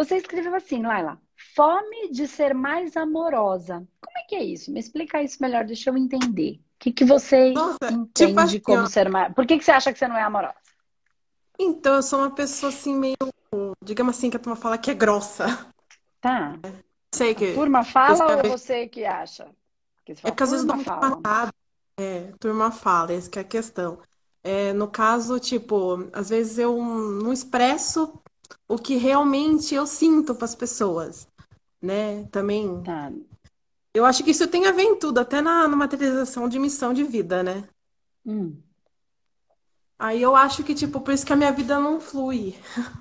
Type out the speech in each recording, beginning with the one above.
Você escreveu assim, Laila, fome de ser mais amorosa. Como é que é isso? Me explica isso melhor, deixa eu entender. O que que você Nossa, tipo entende assim, como ó. ser mais... Por que que você acha que você não é amorosa? Então, eu sou uma pessoa assim, meio, digamos assim, que a turma fala que é grossa. Tá. Sei A que turma fala ou esse você que acha? Porque você é fala, porque às vezes eu dou turma muita fala. patada, a turma fala, essa que é a questão. No caso, tipo, às vezes eu não expresso o que realmente eu sinto para as pessoas, né? Também, Tá. eu acho que isso tem a ver em tudo, até na materialização de missão de vida, né? Hum, Aí eu acho que, tipo, por isso que a minha vida não flui.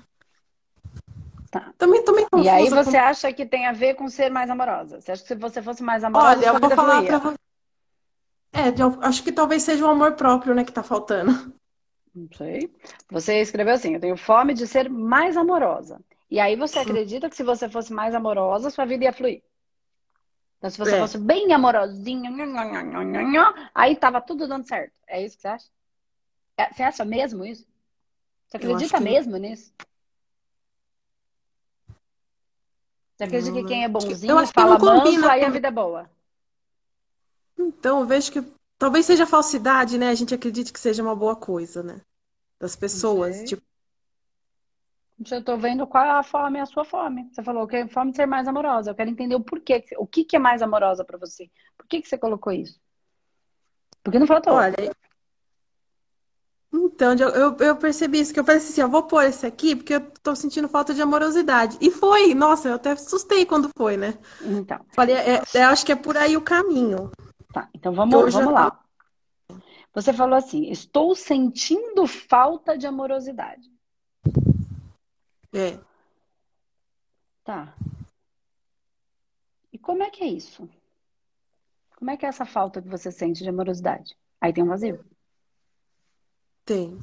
tá. Também tô meio E aí confusa com. você acha que tem a ver com ser mais amorosa? Você acha que se você fosse mais amorosa, Olha, eu sua vou vida falar pra fluía? você. Acho que talvez seja o amor próprio, né, que tá faltando. Não sei. Você escreveu assim: eu tenho fome de ser mais amorosa. E aí você acredita que se você fosse mais amorosa, sua vida ia fluir. Então, se você É, fosse bem amorosinha, aí tava tudo dando certo. É isso que você acha? Você acha mesmo isso? Você eu acho acredita que mesmo nisso? Você acredita não, que né? quem é Eu bonzinho acho que não fala manso, combina aí a comigo. vida é boa? Então, eu vejo que talvez seja falsidade, né? A gente acredite que seja uma boa coisa, né? Das Não pessoas. sei. Tipo, Eu tô vendo qual é a fome, a sua fome. Você falou que é fome de ser mais amorosa. Eu quero entender o porquê. O que que é mais amorosa pra você? Por que que você colocou isso? Porque não faltou. olha, então, eu percebi isso, que eu falei assim, eu vou pôr esse aqui porque eu tô sentindo falta de amorosidade. E foi, nossa, eu até assustei quando foi, né? Então, Falei, eu acho que é por aí o caminho. tá. Então Que vamos, hoje vamos lá. Você falou assim: estou sentindo falta de amorosidade. é, Tá. E como é que é isso? Como é que é essa falta que você sente de amorosidade? Aí tem um vazio. tem.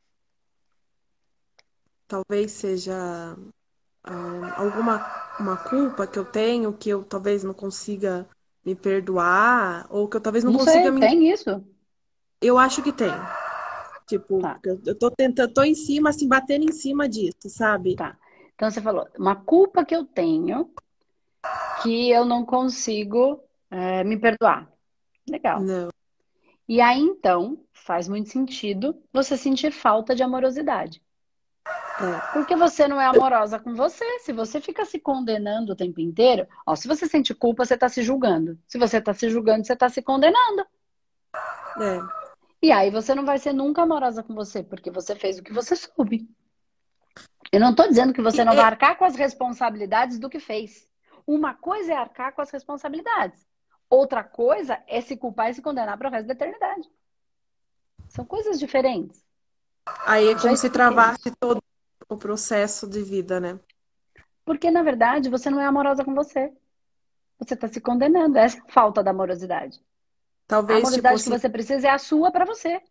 Talvez seja alguma uma culpa que eu tenho que eu talvez não consiga me perdoar, ou que eu talvez não Não consiga sei, me. tem isso? Eu acho que tem. Tipo, Tá, porque eu tô tentando, tô em cima, assim, batendo em cima disso, sabe? tá. Então você falou, uma culpa que eu tenho que eu não consigo me perdoar. Legal. Não. E aí então faz muito sentido você sentir falta de amorosidade. É, Porque você não é amorosa com você. Se você fica se condenando o tempo inteiro, ó, se você sente culpa, você está se julgando. Se você está se julgando, você está se condenando. é, E aí você não vai ser nunca amorosa com você, porque você fez o que você soube. Eu não estou dizendo que você não vai é, arcar com as responsabilidades do que fez. Uma coisa é arcar com as responsabilidades. Outra coisa é se culpar e se condenar para o resto da eternidade. São coisas diferentes. aí é Já como se expliquei travasse isso. todo o processo de vida, né? Porque, na verdade, você não é amorosa com você. Você está se condenando. Essa é a falta da amorosidade. A Talvez, tipo amorosidade que assim, você precisa é a sua para você.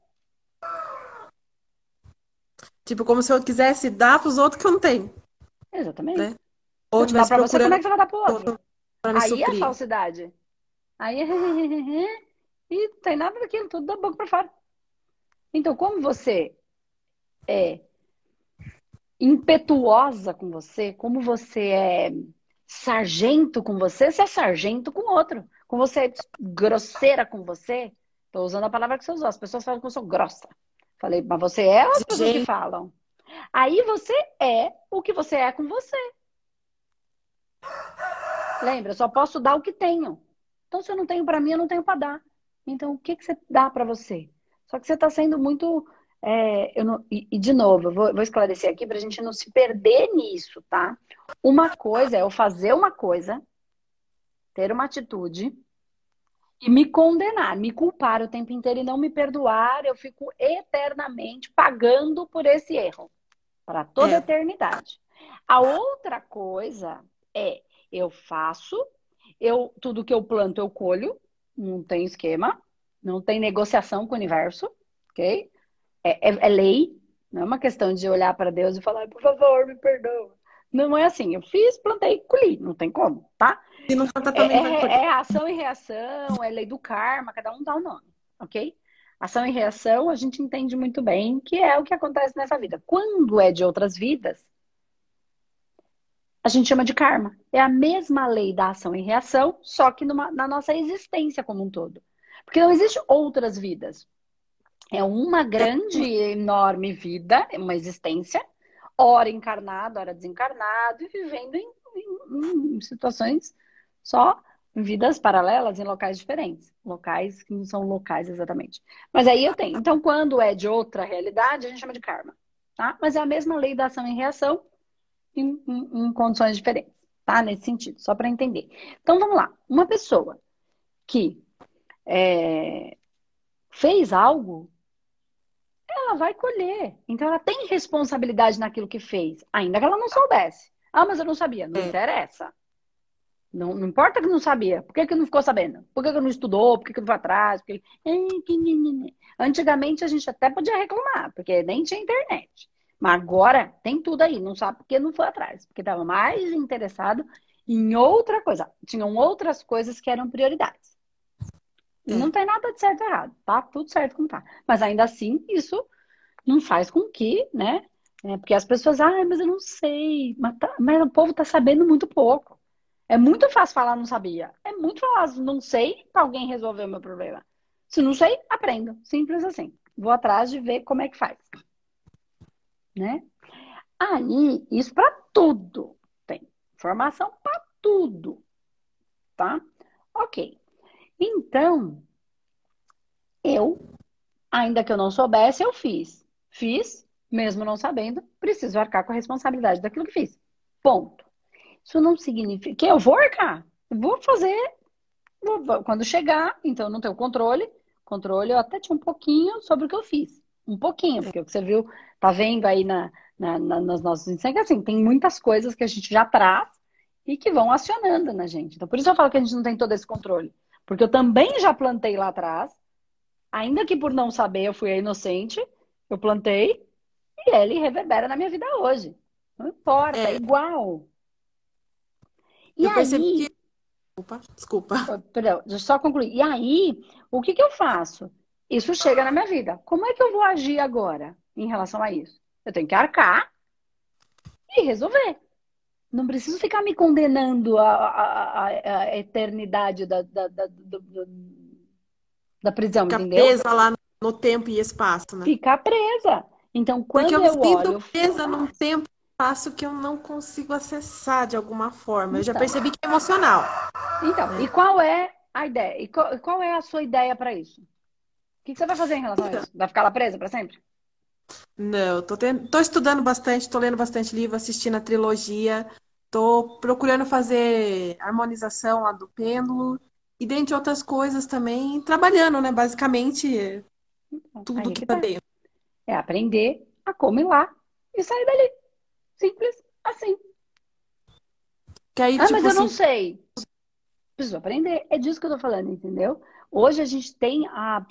tipo, como se eu quisesse dar pros outros que eu não tenho, Exatamente. né? Se Ou não dá estivesse para você, como é procurando que você vai dar para o outro? outro pra me Aí é a suprir. falsidade. Aí é... E não tem nada daquilo, tudo da boca para fora. Então, como você é impetuosa com você, como você é sargento com você, você é sargento com outro. Como você é grosseira com você, estou usando a palavra que você usou. As pessoas falam que eu sou grossa. Falei, mas você é ou as pessoas que Exigente. falam? Aí você é o que você é com você. Lembra? Eu só posso dar o que tenho. Então, se eu não tenho para mim, eu não tenho para dar. Então, o que que você dá para você? Só que você está sendo muito. De novo, eu vou esclarecer aqui para a gente não se perder nisso, tá? Uma coisa é eu fazer uma coisa, ter uma atitude e me condenar, me culpar o tempo inteiro e não me perdoar. Eu fico eternamente pagando por esse erro, para toda a É, eternidade. A outra coisa é eu faço, tudo que eu planto eu colho, não tem esquema, não tem negociação com o universo, ok? É lei, não é uma questão de olhar para Deus e falar, por favor, me perdoa. Não é assim, eu fiz, plantei, colhi, não tem como, tá? se não plantar É, também vai colher. é ação e reação, é lei do karma, cada um dá um nome, ok? Ação e reação a gente entende muito bem que é o que acontece nessa vida. Quando é de outras vidas, A gente chama de karma. É a mesma lei da ação e reação, só que na nossa existência como um todo. Porque não existe outras vidas. É uma grande, enorme vida, uma existência, ora encarnado, ora desencarnado, e vivendo em situações só, em vidas paralelas, em locais diferentes. Locais que não são locais exatamente. Mas aí eu tenho. Então, quando é de outra realidade, a gente chama de karma. Tá? Mas é a mesma lei da ação e reação em condições diferentes. Tá? Nesse sentido, só para entender. Então, vamos lá. Uma pessoa que fez algo, ela vai colher. Então, ela tem responsabilidade naquilo que fez, ainda que ela não soubesse. Ah, mas eu não sabia. Não É, interessa. Não, não importa que não sabia. Por que que não ficou sabendo? Por que que não estudou? Por que que não foi atrás? Por que... Antigamente, a gente até podia reclamar, porque nem tinha internet. Mas agora tem tudo aí. Não sabe por que não foi atrás. Porque estava mais interessado em outra coisa. Tinham outras coisas que eram prioridades. E não é. tem nada de certo e errado. Tá tudo certo como tá. Mas ainda assim, isso não faz com que, né? Porque as pessoas, mas eu não sei. Mas o povo tá sabendo muito pouco. É muito fácil falar não sabia. É muito fácil não sei para alguém resolver o meu problema. Se não sei, aprendo. Simples assim. Vou atrás de ver como é que faz, né? Aí, isso para tudo. Tem informação para tudo, tá? Ok. Então, eu, ainda que eu não soubesse, eu fiz. Fiz, mesmo não sabendo, preciso arcar com a responsabilidade daquilo que fiz. Ponto. Isso não significa que eu vou arcar. Eu vou fazer quando chegar, então eu não tenho controle. Controle eu até tinha um pouquinho sobre o que eu fiz. Um pouquinho, porque o que você viu, tá vendo aí nos nossos ensinos, assim, tem muitas coisas que a gente já traz e que vão acionando na gente. Então, por isso eu falo que a gente não tem todo esse controle. Porque eu também já plantei lá atrás, ainda que por não saber eu fui a inocente, eu plantei e ele reverbera na minha vida hoje. Não importa, é É, igual. E eu percebi aí, que. Opa, desculpa. perdão, deixa eu só concluir. E aí, o que que eu faço? Isso chega na minha vida. Como é que eu vou agir agora em relação a isso? Eu tenho que arcar e resolver. Não preciso ficar me condenando à eternidade da prisão, Fica entendeu? presa lá no tempo e espaço, né? Ficar presa. Então, Porque quando eu me eu sinto olho. presa num tempo e espaço que eu não consigo acessar de alguma forma. Eu já Então, percebi que é emocional, então, e né? qual é a ideia? E qual é a sua ideia para isso? O que que você vai fazer em relação a isso? Vai ficar lá presa para sempre? Não, tô estudando bastante, tô lendo bastante livro, assistindo a trilogia, tô procurando fazer harmonização lá do pêndulo e, dentre outras coisas, também trabalhando, né? Basicamente, tudo Aí que que tá tá. dentro. É aprender a como ir lá e sair dali. Simples assim. Que aí, Ah, mas tipo eu não assim, sei. Preciso aprender. É disso que eu tô falando, entendeu? Hoje a gente tem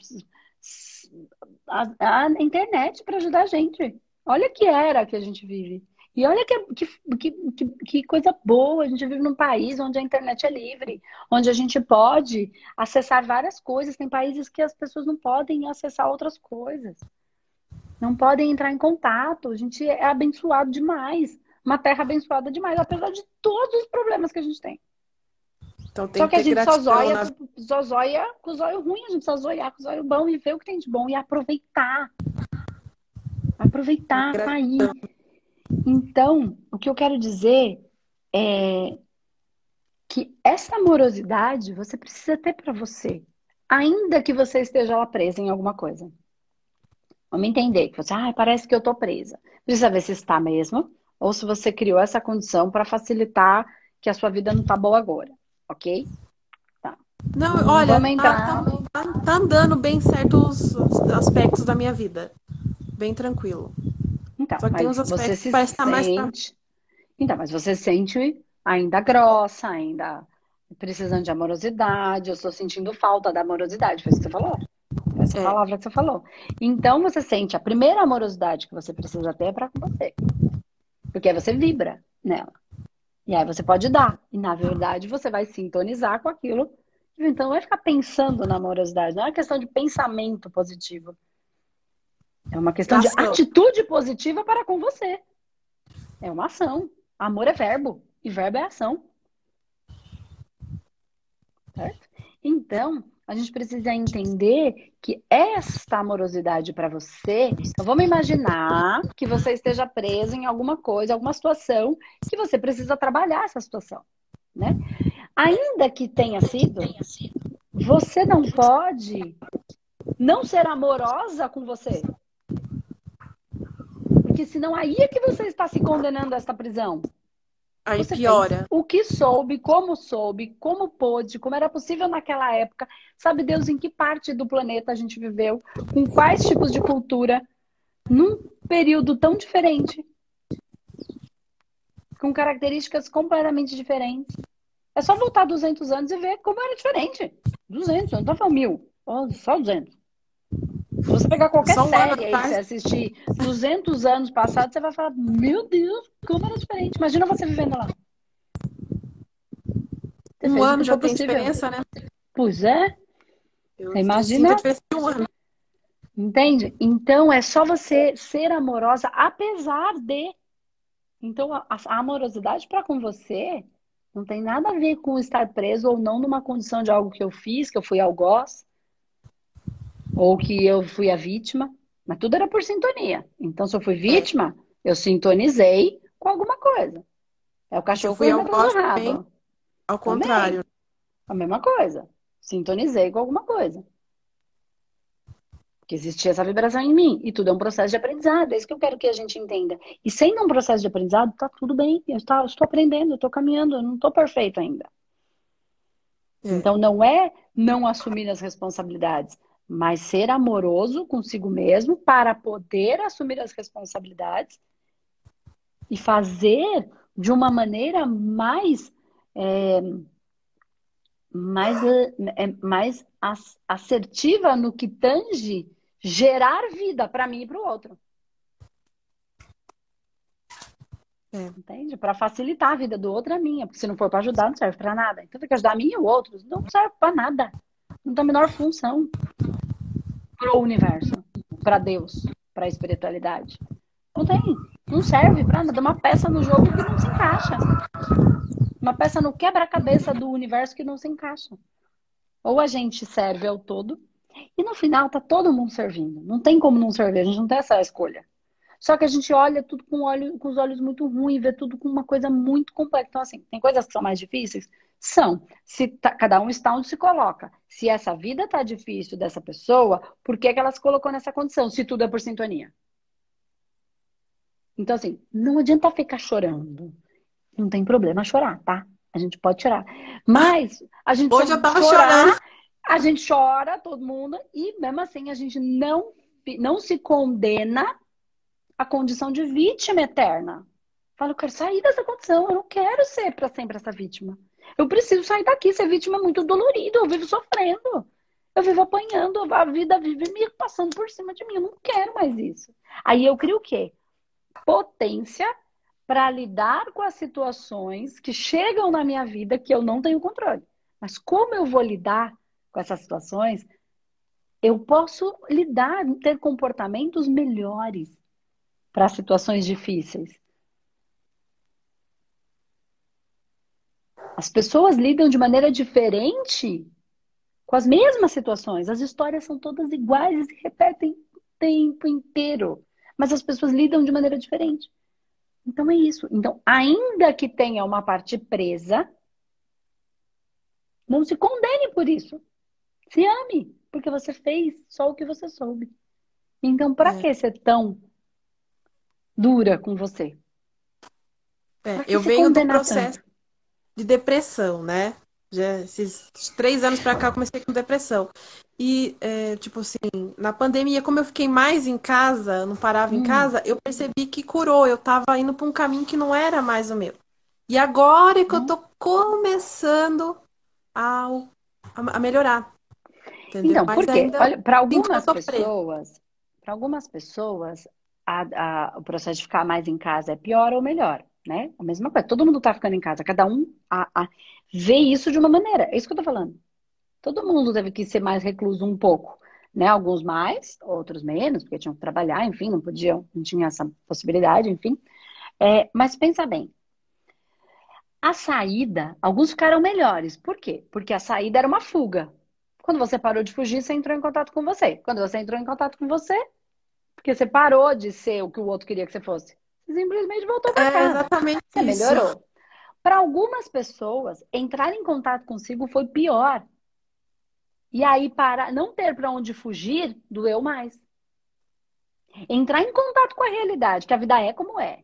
a internet para ajudar a gente. Olha que era que a gente vive. E olha que coisa boa. A gente vive num país onde a internet é livre, onde a gente pode acessar várias coisas. Tem países que as pessoas não podem acessar outras coisas. Não podem entrar em contato. A gente é abençoado demais. Uma terra abençoada demais, apesar de todos os problemas que a gente tem. então tem Só que que a ter gente só gratidão zóia, na só zóia com o zóio ruim, a gente só zoiar com o zóio bom e ver o que tem de bom e aproveitar. Aproveitar, tá aí. gratidão. Então, o que eu quero dizer é que essa amorosidade você precisa ter para você, ainda que você esteja lá presa em alguma coisa. Vamos entender que você, parece que eu tô presa. Precisa ver se está mesmo, ou se você criou essa condição para facilitar que a sua vida não tá boa agora, ok? Tá. Não, Não olha, vamos entrar. tá andando bem certos aspectos da minha vida. Bem tranquilo. Então, Só que tem uns mas você aspectos que se parece estar mais pra. sente. Então, mas você se sente ainda grossa, ainda precisando de amorosidade. Eu estou sentindo falta da amorosidade, foi isso que você falou. Foi essa É, palavra que você falou. Então você sente a primeira amorosidade que você precisa ter é para com você. Porque aí você vibra nela. E aí você pode dar. E na verdade você vai sintonizar com aquilo. Então não vai ficar pensando na amorosidade. Não é uma questão de pensamento positivo. É uma questão de ação. atitude positiva para com você. É uma ação. Amor é verbo. E verbo é ação, certo? Então, a gente precisa entender que esta amorosidade para você... Então, vamos imaginar que você esteja preso em alguma coisa, alguma situação, que você precisa trabalhar essa situação, né? Ainda que tenha sido, você não pode não ser amorosa com você. Porque senão aí é que você está se condenando a esta prisão. Aí Você fez piora. o que soube, como pôde, como era possível naquela época. Sabe Deus em que parte do planeta a gente viveu, com quais tipos de cultura, num período tão diferente, com características completamente diferentes. É só voltar 200 anos e ver como era diferente. 200, eu não tô falando 1000, só 200. Se você pegar qualquer Só um ano série aí que você atrás. assistir 200 anos passados, você vai falar, meu Deus, como era diferente. Imagina você vivendo lá. Você Um fez o que ano foi já tem possível. diferença, né? Pois é, você Eu sinto a imagina, diferença de um ano. entende? Então é só você ser amorosa, apesar de. Então a amorosidade para com você não tem nada a ver com estar preso ou não numa condição de algo que eu fiz, que eu fui algoz, ou que eu fui a vítima, mas tudo era por sintonia. Então, se eu fui É. vítima, eu sintonizei com alguma coisa. É o E se eu cachorro fui correndo ao atrás do gosto também, rabo. ao contrário. Também, a mesma coisa. Sintonizei com alguma coisa. Que existia essa vibração em mim. E tudo é um processo de aprendizado. É isso que eu quero que a gente entenda. E sendo um processo de aprendizado, tá tudo bem. Eu estou aprendendo, eu estou caminhando, eu não estou perfeito ainda. É. Então, não é não assumir as responsabilidades, mas ser amoroso consigo mesmo para poder assumir as responsabilidades e fazer de uma maneira é, mais assertiva no que tange gerar vida para mim e para o outro. É. Entende? Para facilitar a vida do outro, a minha. Porque se não for para ajudar, não serve para nada. Então, tem que ajudar a mim e o outro. Não serve para nada. Não tem a menor função para o universo, para Deus, para a espiritualidade. Não tem. Não serve para nada. Uma peça no jogo que não se encaixa. Uma peça no quebra-cabeça do universo que não se encaixa. Ou a gente serve ao todo, e no final tá todo mundo servindo. Não tem como não servir, a gente não tem essa escolha. Só que a gente olha tudo com os olhos muito ruins, vê tudo com uma coisa muito complexa. Então, assim, tem coisas que são mais difíceis? São. Cada um está onde se coloca. Se essa vida tá difícil dessa pessoa, por que que ela se colocou nessa condição? Se tudo é por sintonia. Então, assim, não adianta ficar chorando. Não tem problema chorar, tá? A gente pode chorar. Mas a gente só Hoje eu tava chorando. chorar, a gente chora, todo mundo, e mesmo assim a gente não se condena à condição de vítima eterna. Fala, eu quero sair dessa condição, eu não quero ser para sempre essa vítima. Eu preciso sair daqui, ser vítima é muito dolorido, eu vivo sofrendo. Eu vivo apanhando, a vida vive me passando por cima de mim, eu não quero mais isso. Aí eu crio o quê? Potência para lidar com as situações que chegam na minha vida que eu não tenho controle. Mas como eu vou lidar com essas situações, eu posso lidar, ter comportamentos melhores para situações difíceis. As pessoas lidam de maneira diferente com as mesmas situações. As histórias são todas iguais e se repetem o tempo inteiro. Mas as pessoas lidam de maneira diferente. Então é isso. Então, ainda que tenha uma parte presa, não se condene por isso. Se ame, porque você fez só o que você soube. Então, para É. que ser tão dura com você? Para que Eu se venho do condenar tanto? processo de depressão, né? Já esses 3 anos pra cá eu comecei com depressão. E, tipo assim, na pandemia, como eu fiquei mais em casa, não parava em Hum, casa, eu percebi que curou. Eu tava indo pra um caminho que não era mais o meu. E agora é que eu hum. tô começando a, a melhorar, entendeu? Então, Mas por quê? ainda Olha, para sinto que eu algumas tô presa. pessoas, o processo de ficar mais em casa é pior ou melhor, né? A mesma coisa. Todo mundo tá ficando em casa. Cada um vê isso de uma maneira. É isso que eu tô falando. Todo mundo teve que ser mais recluso um pouco, né? Alguns mais, outros menos, porque tinham que trabalhar, enfim, não podiam, não tinha essa possibilidade, enfim. Mas pensa bem, A saída, alguns ficaram melhores. Por quê? Porque a saída era uma fuga. Quando você parou de fugir, você entrou em contato com você. Quando você entrou em contato com você, porque você parou de ser o que o outro queria que você fosse, você simplesmente voltou para É casa. exatamente Você isso. melhorou. Para algumas pessoas, entrar em contato consigo foi pior. E aí, para não ter para onde fugir, doeu mais. Entrar em contato com a realidade, que a vida é como é.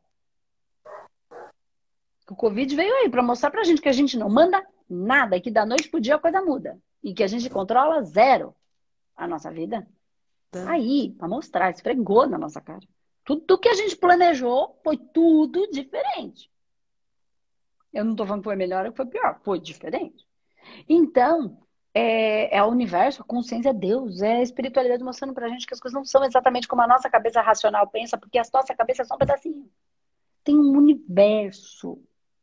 O Covid veio aí para mostrar pra gente que a gente não manda nada e que da noite pro dia a coisa muda. E que a gente controla zero a nossa vida. Aí, para mostrar, esfregou na nossa cara. Tudo que a gente planejou foi tudo diferente. Eu não tô falando que foi melhor ou que foi pior, foi diferente. Então, é o universo, a consciência é Deus, é a espiritualidade mostrando pra gente que as coisas não são exatamente como a nossa cabeça racional pensa, porque a nossa cabeça é só um pedacinho. Tem um universo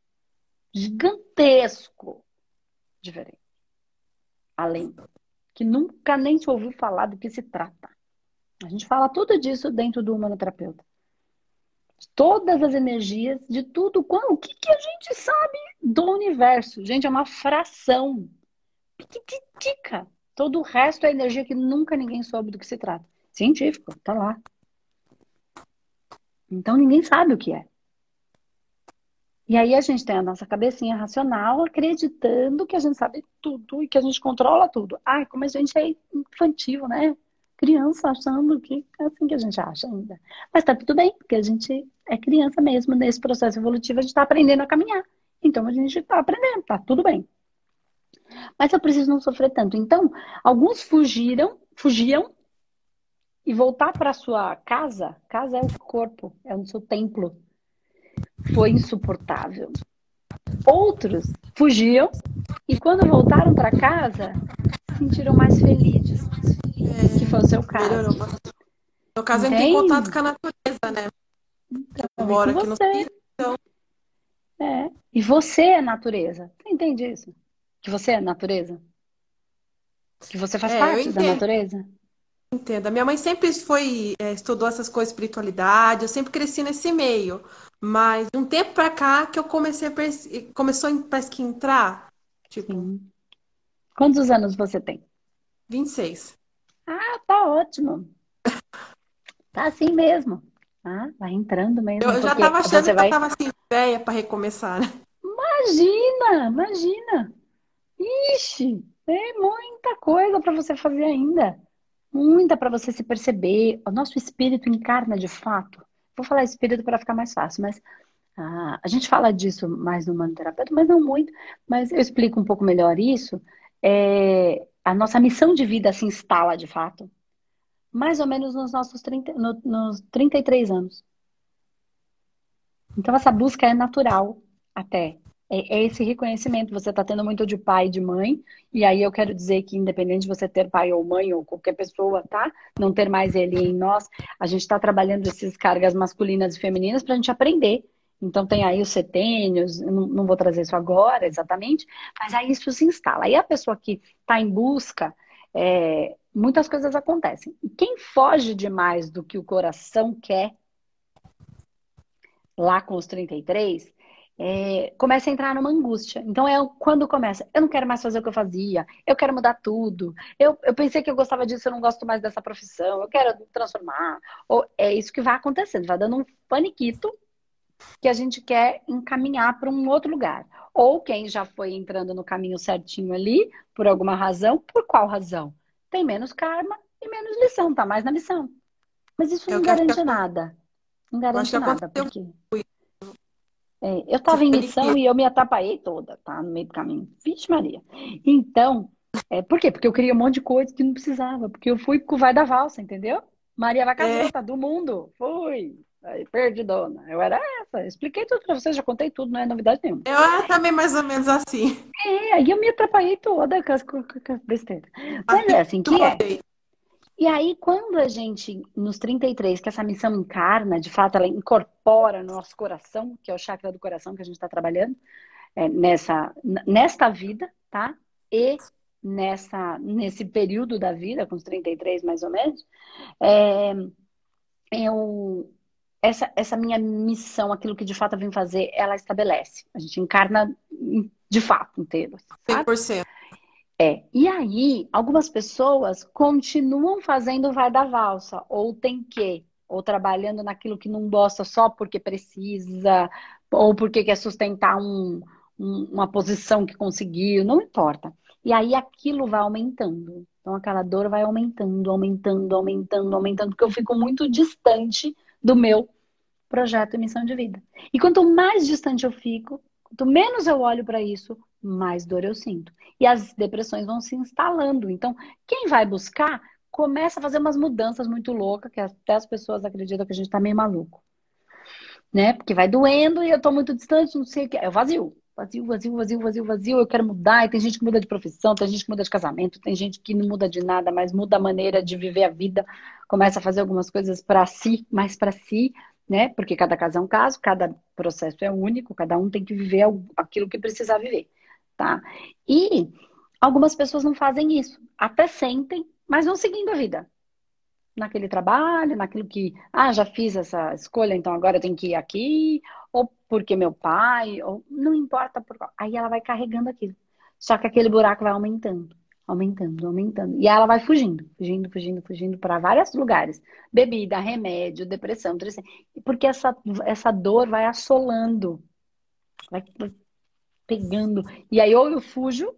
gigantesco diferente, além, que nunca nem se ouviu falar do que se trata. A gente fala tudo disso dentro do humanoterapeuta. Todas as energias, de tudo, o que a gente sabe do universo? Gente, é uma fração. Piquitica. Todo o resto é energia que nunca ninguém soube do que se trata. Científico, tá lá. Então ninguém sabe o que é. E aí a gente tem a nossa cabecinha racional acreditando que a gente sabe tudo e que a gente controla tudo. Ai, como a gente é infantil, né? Criança achando que é assim que a gente acha ainda. Mas tá tudo bem, porque a gente é criança mesmo. Nesse processo evolutivo, a gente tá aprendendo a caminhar. Então a gente tá aprendendo, tá tudo bem. Mas eu preciso não sofrer tanto. Então, alguns fugiam e voltar para sua casa, casa é o corpo, é o seu templo, foi insuportável. Outros fugiam e quando voltaram para casa, se sentiram mais felizes, que foi o seu Melhorou caso. bastante. No caso, entra em contato Entende? com a natureza, né? Eu E com moro aqui no você. sítio, então E você é natureza. Você entende isso? Que você é natureza? Que você faz eu parte da entendo. natureza? Entendo. A minha mãe sempre estudou essas coisas, espiritualidade, eu sempre cresci nesse meio. Mas de um tempo pra cá que eu comecei parece que entrar, tipo, Sim. Quantos anos você tem? 26. Ah, tá ótimo. Tá assim mesmo. Ah, vai entrando Eu, mesmo, eu já porque tava achando você que eu vai. tava assim, velha pra recomeçar, né? Imagina, imagina. Ixi, tem muita coisa para você fazer ainda. Muita para você se perceber. O nosso espírito encarna de fato. Vou falar espírito para ficar mais fácil, mas a gente fala disso mais no manoterapeuta, mas não muito. Mas eu explico um pouco melhor isso. A nossa missão de vida se instala de fato, mais ou menos nos nossos 30, nos 33 anos. Então, essa busca é natural, até. É esse reconhecimento. Você está tendo muito de pai e de mãe, e aí eu quero dizer que, independente de você ter pai ou mãe, ou qualquer pessoa, tá? Não ter mais ele em nós, a gente está trabalhando essas cargas masculinas e femininas para a gente aprender. Então, tem aí os setênios, eu não vou trazer isso agora exatamente, mas aí isso se instala. Aí a pessoa que está em busca, muitas coisas acontecem. E quem foge demais do que o coração quer, lá com os 33, começa a entrar numa angústia. Então é quando começa, eu não quero mais fazer o que eu fazia, eu quero mudar tudo, eu pensei que eu gostava disso, eu não gosto mais dessa profissão, eu quero me transformar. Ou é isso que vai acontecendo, vai dando um paniquito que a gente quer encaminhar para um outro lugar. Ou quem já foi entrando no caminho certinho ali, por alguma razão, por qual razão? Tem menos karma e menos lição, tá mais na missão. Mas isso É não o que eu acho que garante nada. Não eu acho que garante nada, aconteceu porque com eu esse estava em missão periquito. e eu me atrapalhei toda, tá? No meio do caminho. Vixe, Maria. Então, por quê? Porque eu queria um monte de coisa que não precisava. Porque eu fui com o vai da valsa, entendeu? Maria É, Vacajota, do mundo. Fui. Aí, perdidona. Eu era essa. Expliquei tudo pra você, já contei tudo, não é novidade nenhuma. eu era também mais ou menos assim. Aí eu me atrapalhei toda com as besteiras. Mas Assim é assim do que meu é. jeito. E aí, quando a gente, nos 33, que essa missão encarna, de fato, ela incorpora no nosso coração, que é o chakra do coração que a gente está trabalhando, nesta vida, tá? E nesse período da vida, com os 33 mais ou menos, é, eu, essa minha missão, aquilo que de fato eu vim fazer, ela estabelece. A gente encarna de fato inteiro, cem sabe? por cento. E aí, algumas pessoas continuam fazendo vai da valsa, ou tem que, ou trabalhando naquilo que não gosta só porque precisa, ou porque quer sustentar uma posição que conseguiu, não importa. E aí aquilo vai aumentando. Então aquela dor vai aumentando, aumentando, aumentando, aumentando, porque eu fico muito distante do meu projeto e missão de vida. E quanto mais distante eu fico, quanto menos eu olho para isso, mais dor eu sinto. E as depressões vão se instalando. Então, quem vai buscar começa a fazer umas mudanças muito loucas, que até as pessoas acreditam que a gente tá meio maluco, né? Porque vai doendo e eu tô muito distante, não sei o que. É o vazio. Vazio, vazio, vazio, vazio, vazio. Eu quero mudar. E tem gente que muda de profissão, tem gente que muda de casamento, tem gente que não muda de nada, mas muda a maneira de viver a vida, começa a fazer algumas coisas para si, mais para si, né? Porque cada caso é um caso, cada processo é único, cada um tem que viver aquilo que precisar viver, tá? E algumas pessoas não fazem isso, até sentem, mas vão seguindo a vida naquele trabalho, naquilo que, já fiz essa escolha, então agora eu tenho que ir aqui, ou porque meu pai, ou não importa por qual. Aí ela vai carregando aquilo. Só que aquele buraco vai aumentando, aumentando, aumentando. E aí ela vai fugindo, fugindo, fugindo, fugindo para vários lugares. Bebida, remédio, depressão, tristeza. Porque essa dor vai assolando, vai pegando. E aí ou eu fujo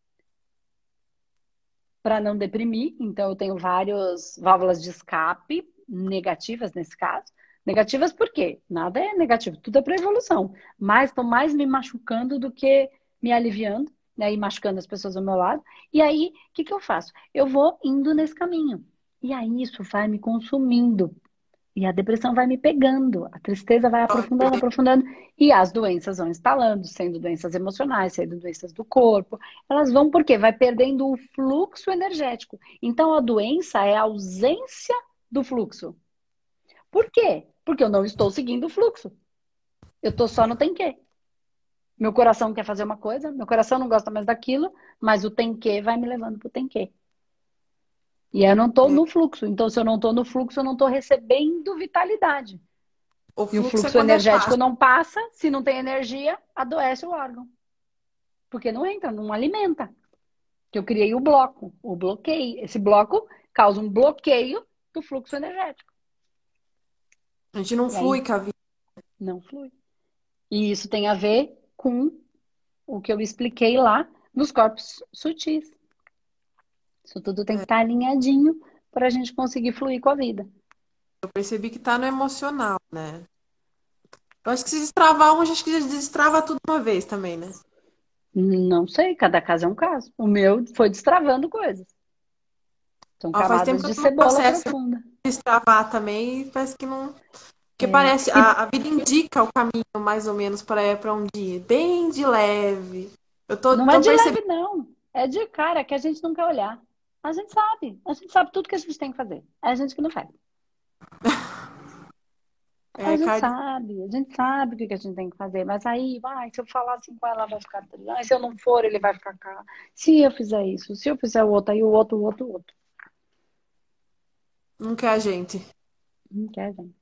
para não deprimir. Então, eu tenho várias válvulas de escape negativas nesse caso. Negativas por quê? Nada é negativo, tudo é para evolução. Mas estou mais me machucando do que me aliviando, né? E machucando as pessoas ao meu lado. E aí, o que que eu faço? Eu vou indo nesse caminho. E aí, isso vai me consumindo. E a depressão vai me pegando, a tristeza vai aprofundando, aprofundando, e as doenças vão instalando, sendo doenças emocionais, sendo doenças do corpo. Elas vão por quê? Vai perdendo o fluxo energético. Então a doença é a ausência do fluxo. Por quê? Porque eu não estou seguindo o fluxo. Eu estou só no tem que. Meu coração quer fazer uma coisa, meu coração não gosta mais daquilo, mas o tem que vai me levando para o tem que. E aí eu não estou É. no fluxo. Então, se eu não estou no fluxo, eu não estou recebendo vitalidade. O E o fluxo é fluxo quando é energético fácil. não passa, se não tem energia, adoece o órgão. Porque não entra, não alimenta. Que eu criei o bloco, o bloqueio. Esse bloco causa um bloqueio do fluxo energético. A gente não E aí flui com a vida. não flui. E isso tem a ver com o que eu expliquei lá nos corpos sutis. Isso tudo tem que estar alinhadinho para a gente conseguir fluir com a vida. Eu percebi que tá no emocional, né? Eu acho que se destravar um, acho que destrava tudo uma vez também, né? Não sei, cada caso é um caso. O meu foi destravando coisas. São Ó, faz tempo camadas que eu de tô no cebola processo de profunda. destravar também e parece que não. Porque É. parece, E a vida indica o caminho mais ou menos para um dia, bem de leve. Eu tô, não é tô de percebendo. leve, não. É de cara que a gente não quer olhar. A gente sabe. A gente sabe tudo que a gente tem que fazer. É a gente que não faz. A É, gente Cardi, sabe. A gente sabe o que que a gente tem que fazer. Mas aí, se eu falar assim com ela, ela vai ficar triste. Se eu não for, ele vai ficar cá. Se eu fizer isso, se eu fizer o outro, aí o outro, o outro, o outro. não quer a gente. Não quer, gente.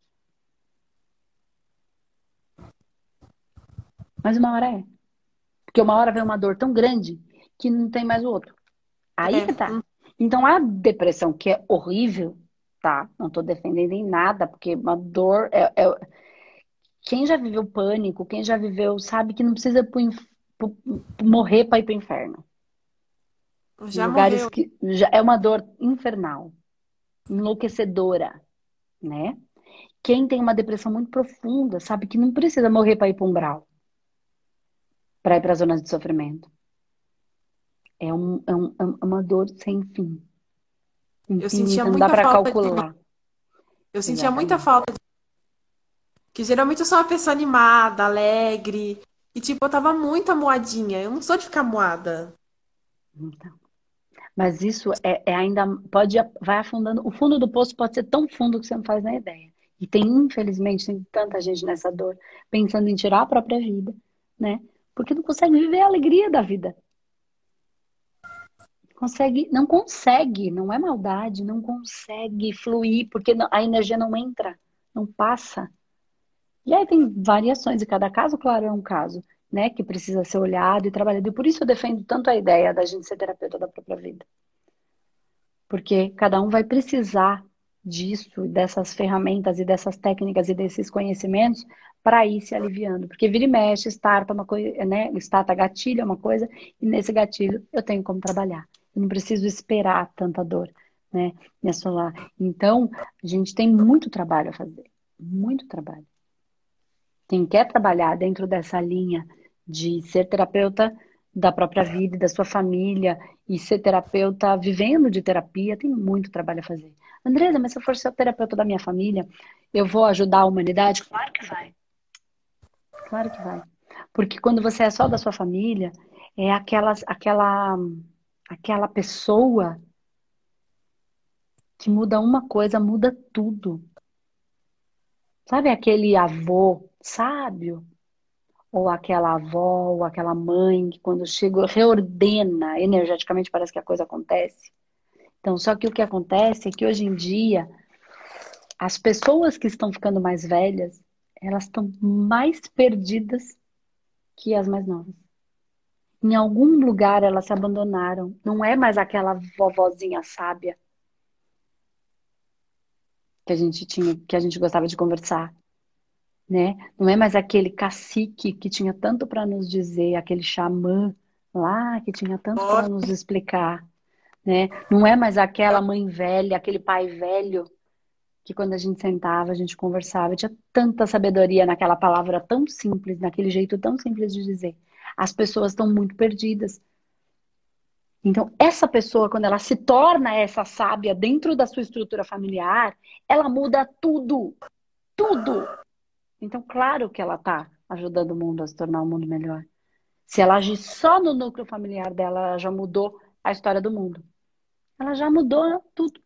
Mas uma hora é. Porque uma hora vem uma dor tão grande que não tem mais o outro. Aí É, que tá. Então a depressão, que é horrível, tá? Não tô defendendo em nada, porque uma dor quem já viveu pânico, quem já viveu, sabe que não precisa morrer para ir pro inferno. Em já lugares morreu. que já é uma dor infernal, enlouquecedora, né? Quem tem uma depressão muito profunda, sabe que não precisa morrer para ir para umbral, para ir para zonas de sofrimento. É uma dor sem fim, Eu sentia infinita, não dá muita para falta de mim. calcular. Eu sentia muita Exatamente. falta de... Que geralmente eu sou uma pessoa animada, alegre. E tipo, eu tava muito amuadinha. Eu não sou de ficar amuada. Então, mas isso é ainda vai afundando. O fundo do poço pode ser tão fundo que você não faz nem ideia. E tem, infelizmente, tem tanta gente nessa dor pensando em tirar a própria vida, né? Porque não consegue viver a alegria da vida. Consegue, não é maldade, não consegue fluir, porque a energia não entra, não passa. E aí tem variações, e cada caso, claro, é um caso, né, que precisa ser olhado e trabalhado. E por isso eu defendo tanto a ideia da gente ser terapeuta da própria vida. Porque cada um vai precisar disso, dessas ferramentas e dessas técnicas e desses conhecimentos para ir se aliviando. Porque vira e mexe, starta uma coisa, né? Starta gatilho é uma coisa, e nesse gatilho eu tenho como trabalhar. Eu não preciso esperar tanta dor, né? Me assolar. Então, a gente tem muito trabalho a fazer. Muito trabalho. Quem quer trabalhar dentro dessa linha de ser terapeuta da própria vida, e da sua família, e ser terapeuta vivendo de terapia, tem muito trabalho a fazer. Andresa, mas se eu for ser terapeuta da minha família, eu vou ajudar a humanidade? Claro que vai. Claro que vai. Porque quando você é só da sua família, é aquela pessoa que muda uma coisa, muda tudo. Sabe aquele avô sábio? Ou aquela avó, ou aquela mãe que quando chega reordena energeticamente, parece que a coisa acontece. Então, só que o que acontece é que hoje em dia, as pessoas que estão ficando mais velhas, elas estão mais perdidas que as mais novas. Em algum lugar elas se abandonaram. Não é mais aquela vovozinha sábia que a gente tinha, que a gente gostava de conversar, né? Não é mais aquele cacique que tinha tanto para nos dizer, aquele xamã lá que tinha tanto para Nossa, nos explicar, né? Não é mais aquela mãe velha, aquele pai velho que quando a gente sentava, a gente conversava, tinha tanta sabedoria naquela palavra tão simples, naquele jeito tão simples de dizer. As pessoas estão muito perdidas. Então, essa pessoa, quando ela se torna essa sábia dentro da sua estrutura familiar, ela muda tudo, tudo. Então, claro que ela está ajudando o mundo a se tornar um mundo melhor. Se ela agir só no núcleo familiar dela, ela já mudou a história do mundo. Ela já mudou tudo.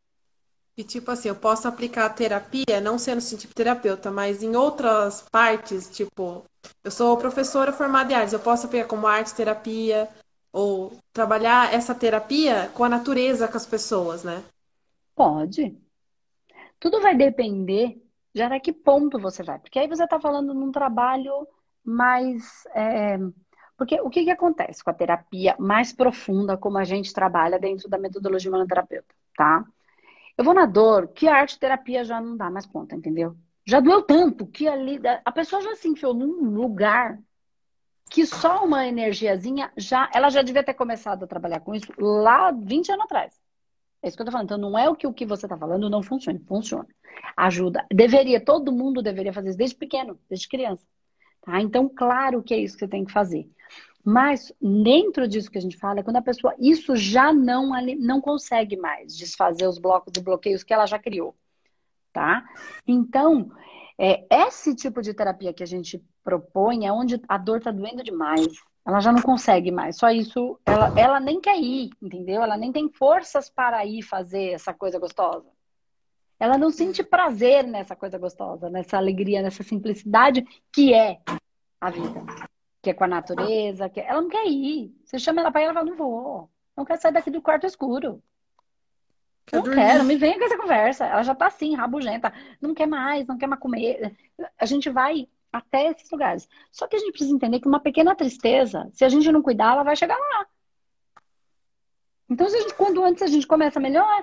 e tipo assim, eu posso aplicar a terapia, não sendo assim, tipo terapeuta, mas em outras partes, tipo, eu sou professora formada em artes, eu posso aplicar como arte terapia, ou trabalhar essa terapia com a natureza, com as pessoas, né? Pode. Tudo vai depender de até que ponto você vai. Porque aí você está falando num trabalho mais. Porque o que que acontece com a terapia mais profunda, como a gente trabalha dentro da metodologia humanoterapeuta, tá? Eu vou na dor, que a arte terapia já não dá mais conta, entendeu? Já doeu tanto que ali a pessoa já se enfiou num lugar que só uma energiazinha já, ela já devia ter começado a trabalhar com isso lá 20 anos atrás. É isso que eu tô falando. Então, não é o que você tá falando não funciona. Funciona. Ajuda. Deveria, todo mundo deveria fazer isso desde pequeno, desde criança. Tá? Então, claro que é isso que você tem que fazer. Mas, dentro disso que a gente fala, é quando a pessoa, isso já não consegue mais desfazer os blocos e bloqueios que ela já criou. Tá? Então, esse tipo de terapia que a gente propõe é onde a dor tá doendo demais. Ela já não consegue mais. Só isso, ela nem quer ir, entendeu? Ela nem tem forças para ir fazer essa coisa gostosa. Ela não sente prazer nessa coisa gostosa, nessa alegria, nessa simplicidade que é a vida, que é com a natureza. Ela não quer ir. Você chama ela para ir, ela fala, não vou. Não quer sair daqui do quarto escuro. Quer Não quero, dormir. me venha com essa conversa. Ela já tá assim, rabugenta. Não quer mais, não quer mais comer. A gente vai até esses lugares. Só que a gente precisa entender que uma pequena tristeza, se a gente não cuidar, ela vai chegar lá. Então, se a gente, quanto antes a gente começa melhor.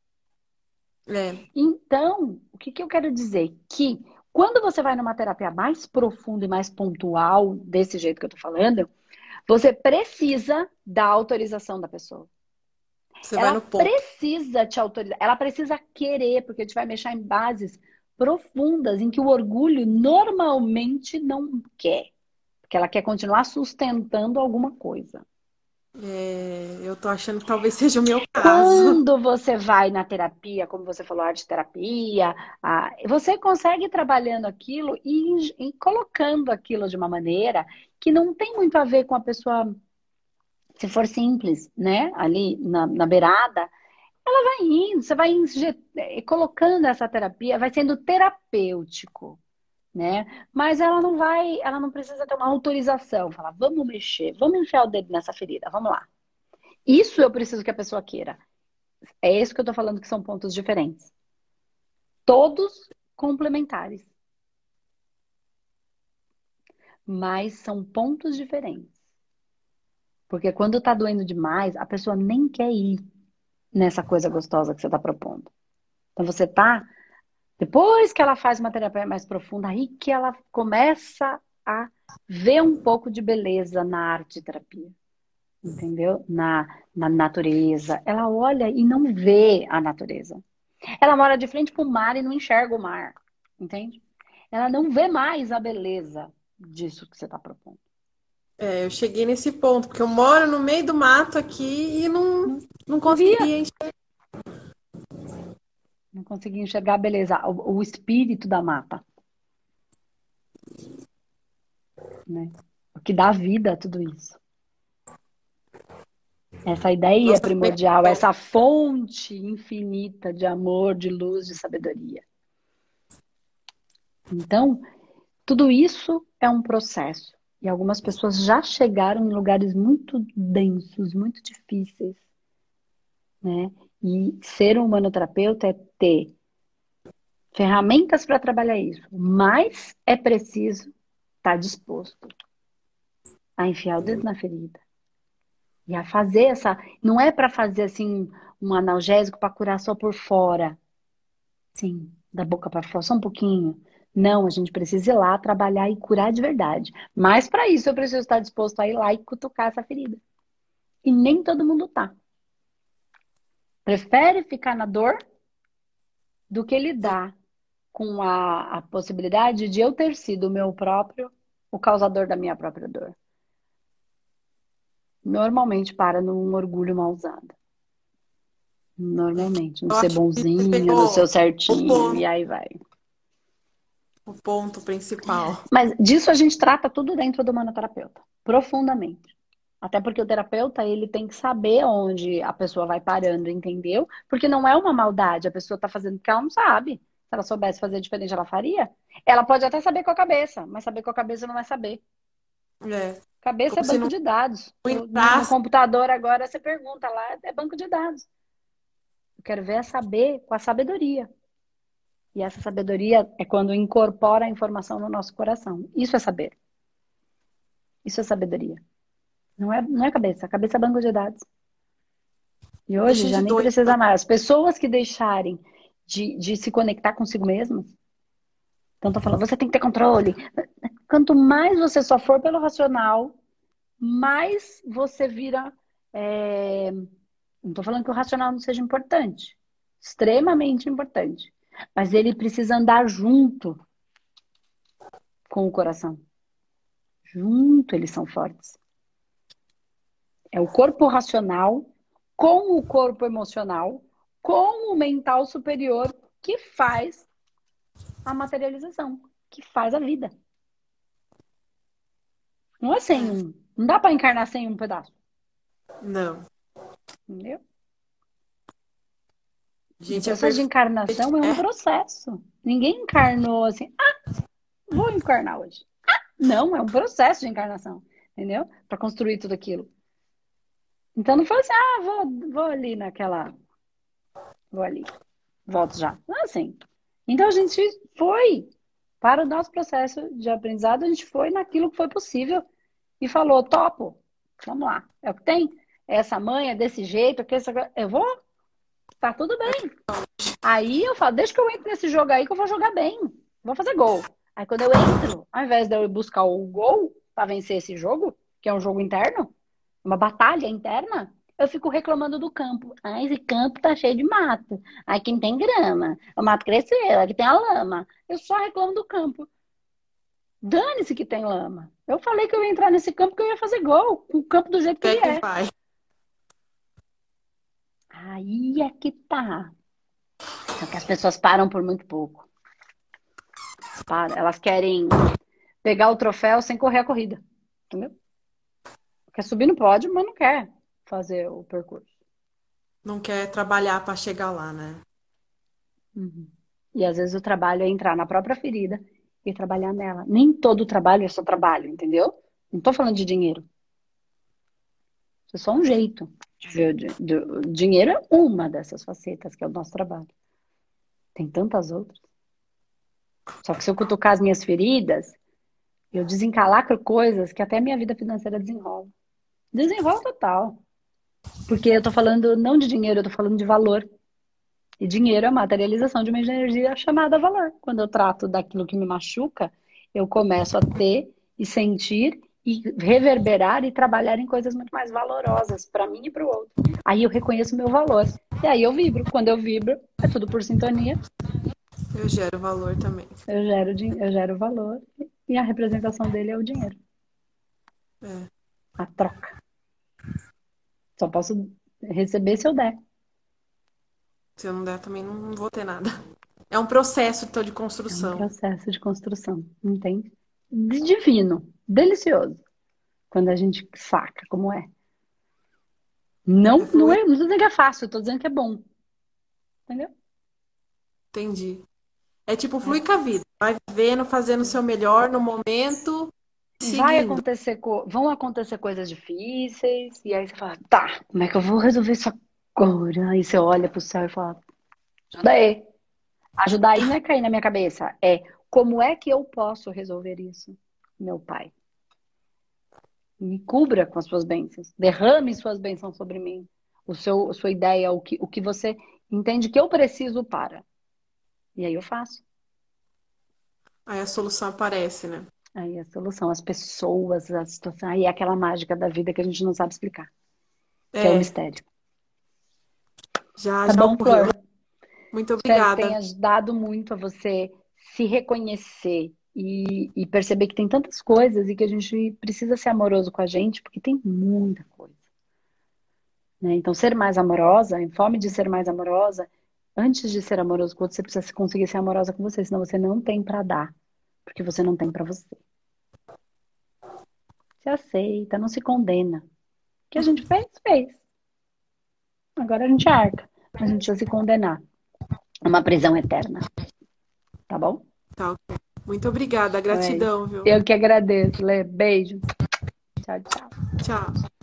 É, Então, o que que eu quero dizer? Que quando você vai numa terapia mais profunda e mais pontual, desse jeito que eu tô falando, você precisa da autorização da pessoa. você vai Ela no ponto. precisa te autorizar, ela precisa querer, porque a gente vai mexer em bases profundas em que o orgulho normalmente não quer, porque ela quer continuar sustentando alguma coisa. É, eu tô achando que talvez seja o meu caso. Quando você vai na terapia, como você falou, arte terapia, você consegue ir trabalhando aquilo e colocando aquilo de uma maneira que não tem muito a ver com a pessoa, se for simples, né? Ali na beirada, vai indo, você vai colocando essa terapia, vai sendo terapêutico, né? Mas ela não precisa ter uma autorização, falar, vamos mexer, vamos enfiar o dedo nessa ferida, vamos lá. Isso eu preciso que a pessoa queira. É isso que eu tô falando que são pontos diferentes. Todos complementares. mas são pontos diferentes. Porque quando tá doendo demais, a pessoa nem quer ir nessa coisa gostosa que você tá propondo. Então você tá, depois que ela faz uma terapia mais profunda, aí que ela começa a ver um pouco de beleza na arte terapia. Entendeu? Na natureza. Ela olha e não vê a natureza. Ela mora de frente para o mar e não enxerga o mar. Entende? Ela não vê mais a beleza disso que você está propondo. Eu cheguei nesse ponto, porque eu moro no meio do mato aqui e não Não via. conseguia enxergar. Não conseguia enxergar a beleza, o espírito da mata. Né? O que dá vida a tudo isso. Essa ideia Nossa, primordial, essa fonte infinita de amor, de luz, de sabedoria. Então, tudo isso é um processo. E algumas pessoas já chegaram em lugares muito densos, muito difíceis, né? E ser um humanoterapeuta é ter ferramentas para trabalhar isso, mas é preciso estar disposto a enfiar o dedo na ferida e a fazer essa. Não é para fazer assim um analgésico para curar só por fora, sim, da boca para fora, só um pouquinho. Não, a gente precisa ir lá trabalhar e curar de verdade. Mas para isso eu preciso estar disposto a ir lá e cutucar essa ferida. E nem todo mundo tá. Prefere ficar na dor do que lidar com a possibilidade de eu ter sido o meu próprio, o causador da minha própria dor. Normalmente para num orgulho mal usado. Normalmente, no eu ser acho que você bonzinho, no pegou seu certinho, e ponto, aí vai. o ponto principal. Mas disso a gente trata tudo dentro do manoterapeuta, profundamente. Até porque o terapeuta, ele tem que saber onde a pessoa vai parando, entendeu? Porque não é uma maldade, a pessoa está fazendo porque ela não sabe. Se ela soubesse fazer diferente, ela faria. Ela pode até saber com a cabeça, mas saber com a cabeça não é saber. É, Cabeça é como se banco não de dados. No entrasse. computador agora você pergunta lá, é banco de dados. Eu quero ver é saber com a sabedoria. E essa sabedoria é quando incorpora a informação no nosso coração. Isso é saber. Isso é sabedoria. Não é cabeça. A cabeça é banco de dados. E hoje Deixa já de nem doido. precisa mais. As pessoas que deixarem de se conectar consigo mesmas, então estão falando, você tem que ter controle. Quanto mais você só for pelo racional, mais você vira. Não estou falando que o racional não seja importante. Extremamente importante. Mas ele precisa andar junto com o coração. Junto eles são fortes. É o corpo racional com o corpo emocional, com o mental superior que faz a materialização, que faz a vida. Não é sem É, um. Não dá para encarnar sem um pedaço. não. Entendeu? O Gente, é processo de perfeito. encarnação é um processo. Ninguém encarnou assim, vou encarnar hoje. Não, é um processo de encarnação. Entendeu? Para construir tudo aquilo. Então não foi assim, vou ali naquela. Vou ali. Volto já. Não é assim. Então a gente foi para o nosso processo de aprendizado, a gente foi naquilo que foi possível e falou, topo, vamos lá, é o que tem. Essa mãe é desse jeito, eu vou, tá tudo bem. Aí eu falo, deixa que eu entre nesse jogo aí que eu vou jogar bem, vou fazer gol. Aí quando eu entro, ao invés de eu ir buscar o gol para vencer esse jogo, que é um jogo interno, uma batalha interna, eu fico reclamando do campo. Ah, esse campo tá cheio de mato. Aqui não tem grama. O mato cresceu, aqui tem a lama. Eu só reclamo do campo. Dane-se que tem lama. Eu falei que eu ia entrar nesse campo que eu ia fazer gol. O campo do jeito que Até ele que é. vai. Aí é que tá. Só que as pessoas param por muito pouco. Elas querem pegar o troféu sem correr a corrida. Entendeu? Quer subir no pódio, mas não quer fazer o percurso. Não quer trabalhar para chegar lá, né? Uhum. E às vezes o trabalho é entrar na própria ferida e trabalhar nela. Nem todo trabalho é só trabalho, entendeu? Não tô falando de dinheiro. Isso é só um jeito de ver o dinheiro é uma dessas facetas que é o nosso trabalho. Tem tantas outras. Só que se eu cutucar as minhas feridas, Eu desencalacro coisas que até minha vida financeira desenrola. Desenrola total. Porque eu tô falando não de dinheiro, eu tô falando de valor. E dinheiro é a materialização de uma energia chamada valor. Quando eu trato daquilo que me machuca, eu começo a ter e sentir e reverberar e trabalhar em coisas muito mais valorosas para mim e para o outro. Aí eu reconheço o meu valor. E aí eu vibro. Quando eu vibro, é tudo por sintonia. Eu gero valor também. Eu gero valor e a representação dele é o dinheiro. É. A troca. Só posso receber se eu der. Se eu não der, também não vou ter nada. É um processo, então, de É um construção. processo de construção, entende? Divino, delicioso, quando a gente saca como é. É Não, fluir. não tô dizendo que é fácil, eu tô dizendo que é bom. Entendeu? Entendi. É tipo É. fluir com a vida. Vai vivendo, fazendo o seu melhor no momento, Vai seguindo. acontecer, vão acontecer coisas difíceis, e aí você fala, tá, como é que eu vou resolver isso agora? Aí você olha pro céu e fala, ajuda aí. Ajudar aí não é cair na minha cabeça, é como é que eu posso resolver isso, meu pai? Me cubra com as suas bênçãos, derrame suas bênçãos sobre mim, a sua ideia, o que você entende que eu preciso para. E aí eu faço. Aí a solução aparece, né? Aí a solução, as pessoas, a situação, aí é aquela mágica da vida que a gente não sabe explicar, que é o É, mistério. já Tá já bom, ocorreu. Flor? Muito Espero que obrigada. tenha ajudado muito a você se reconhecer e perceber que tem tantas coisas e que a gente precisa ser amoroso com a gente, porque tem muita coisa, né? Então, ser mais amorosa, em fome de ser mais amorosa, antes de ser amoroso com o outro, você precisa conseguir ser amorosa com você, senão você não tem pra dar, porque você não tem pra você. Se aceita, não se condena. O que a gente fez, fez. Agora a gente arca, mas não precisa se condenar. É uma prisão eterna, tá bom? Tá, ok. Muito obrigada. Então é isso. Gratidão, viu? Eu que agradeço, Lê. Beijo. Tchau, tchau. Tchau.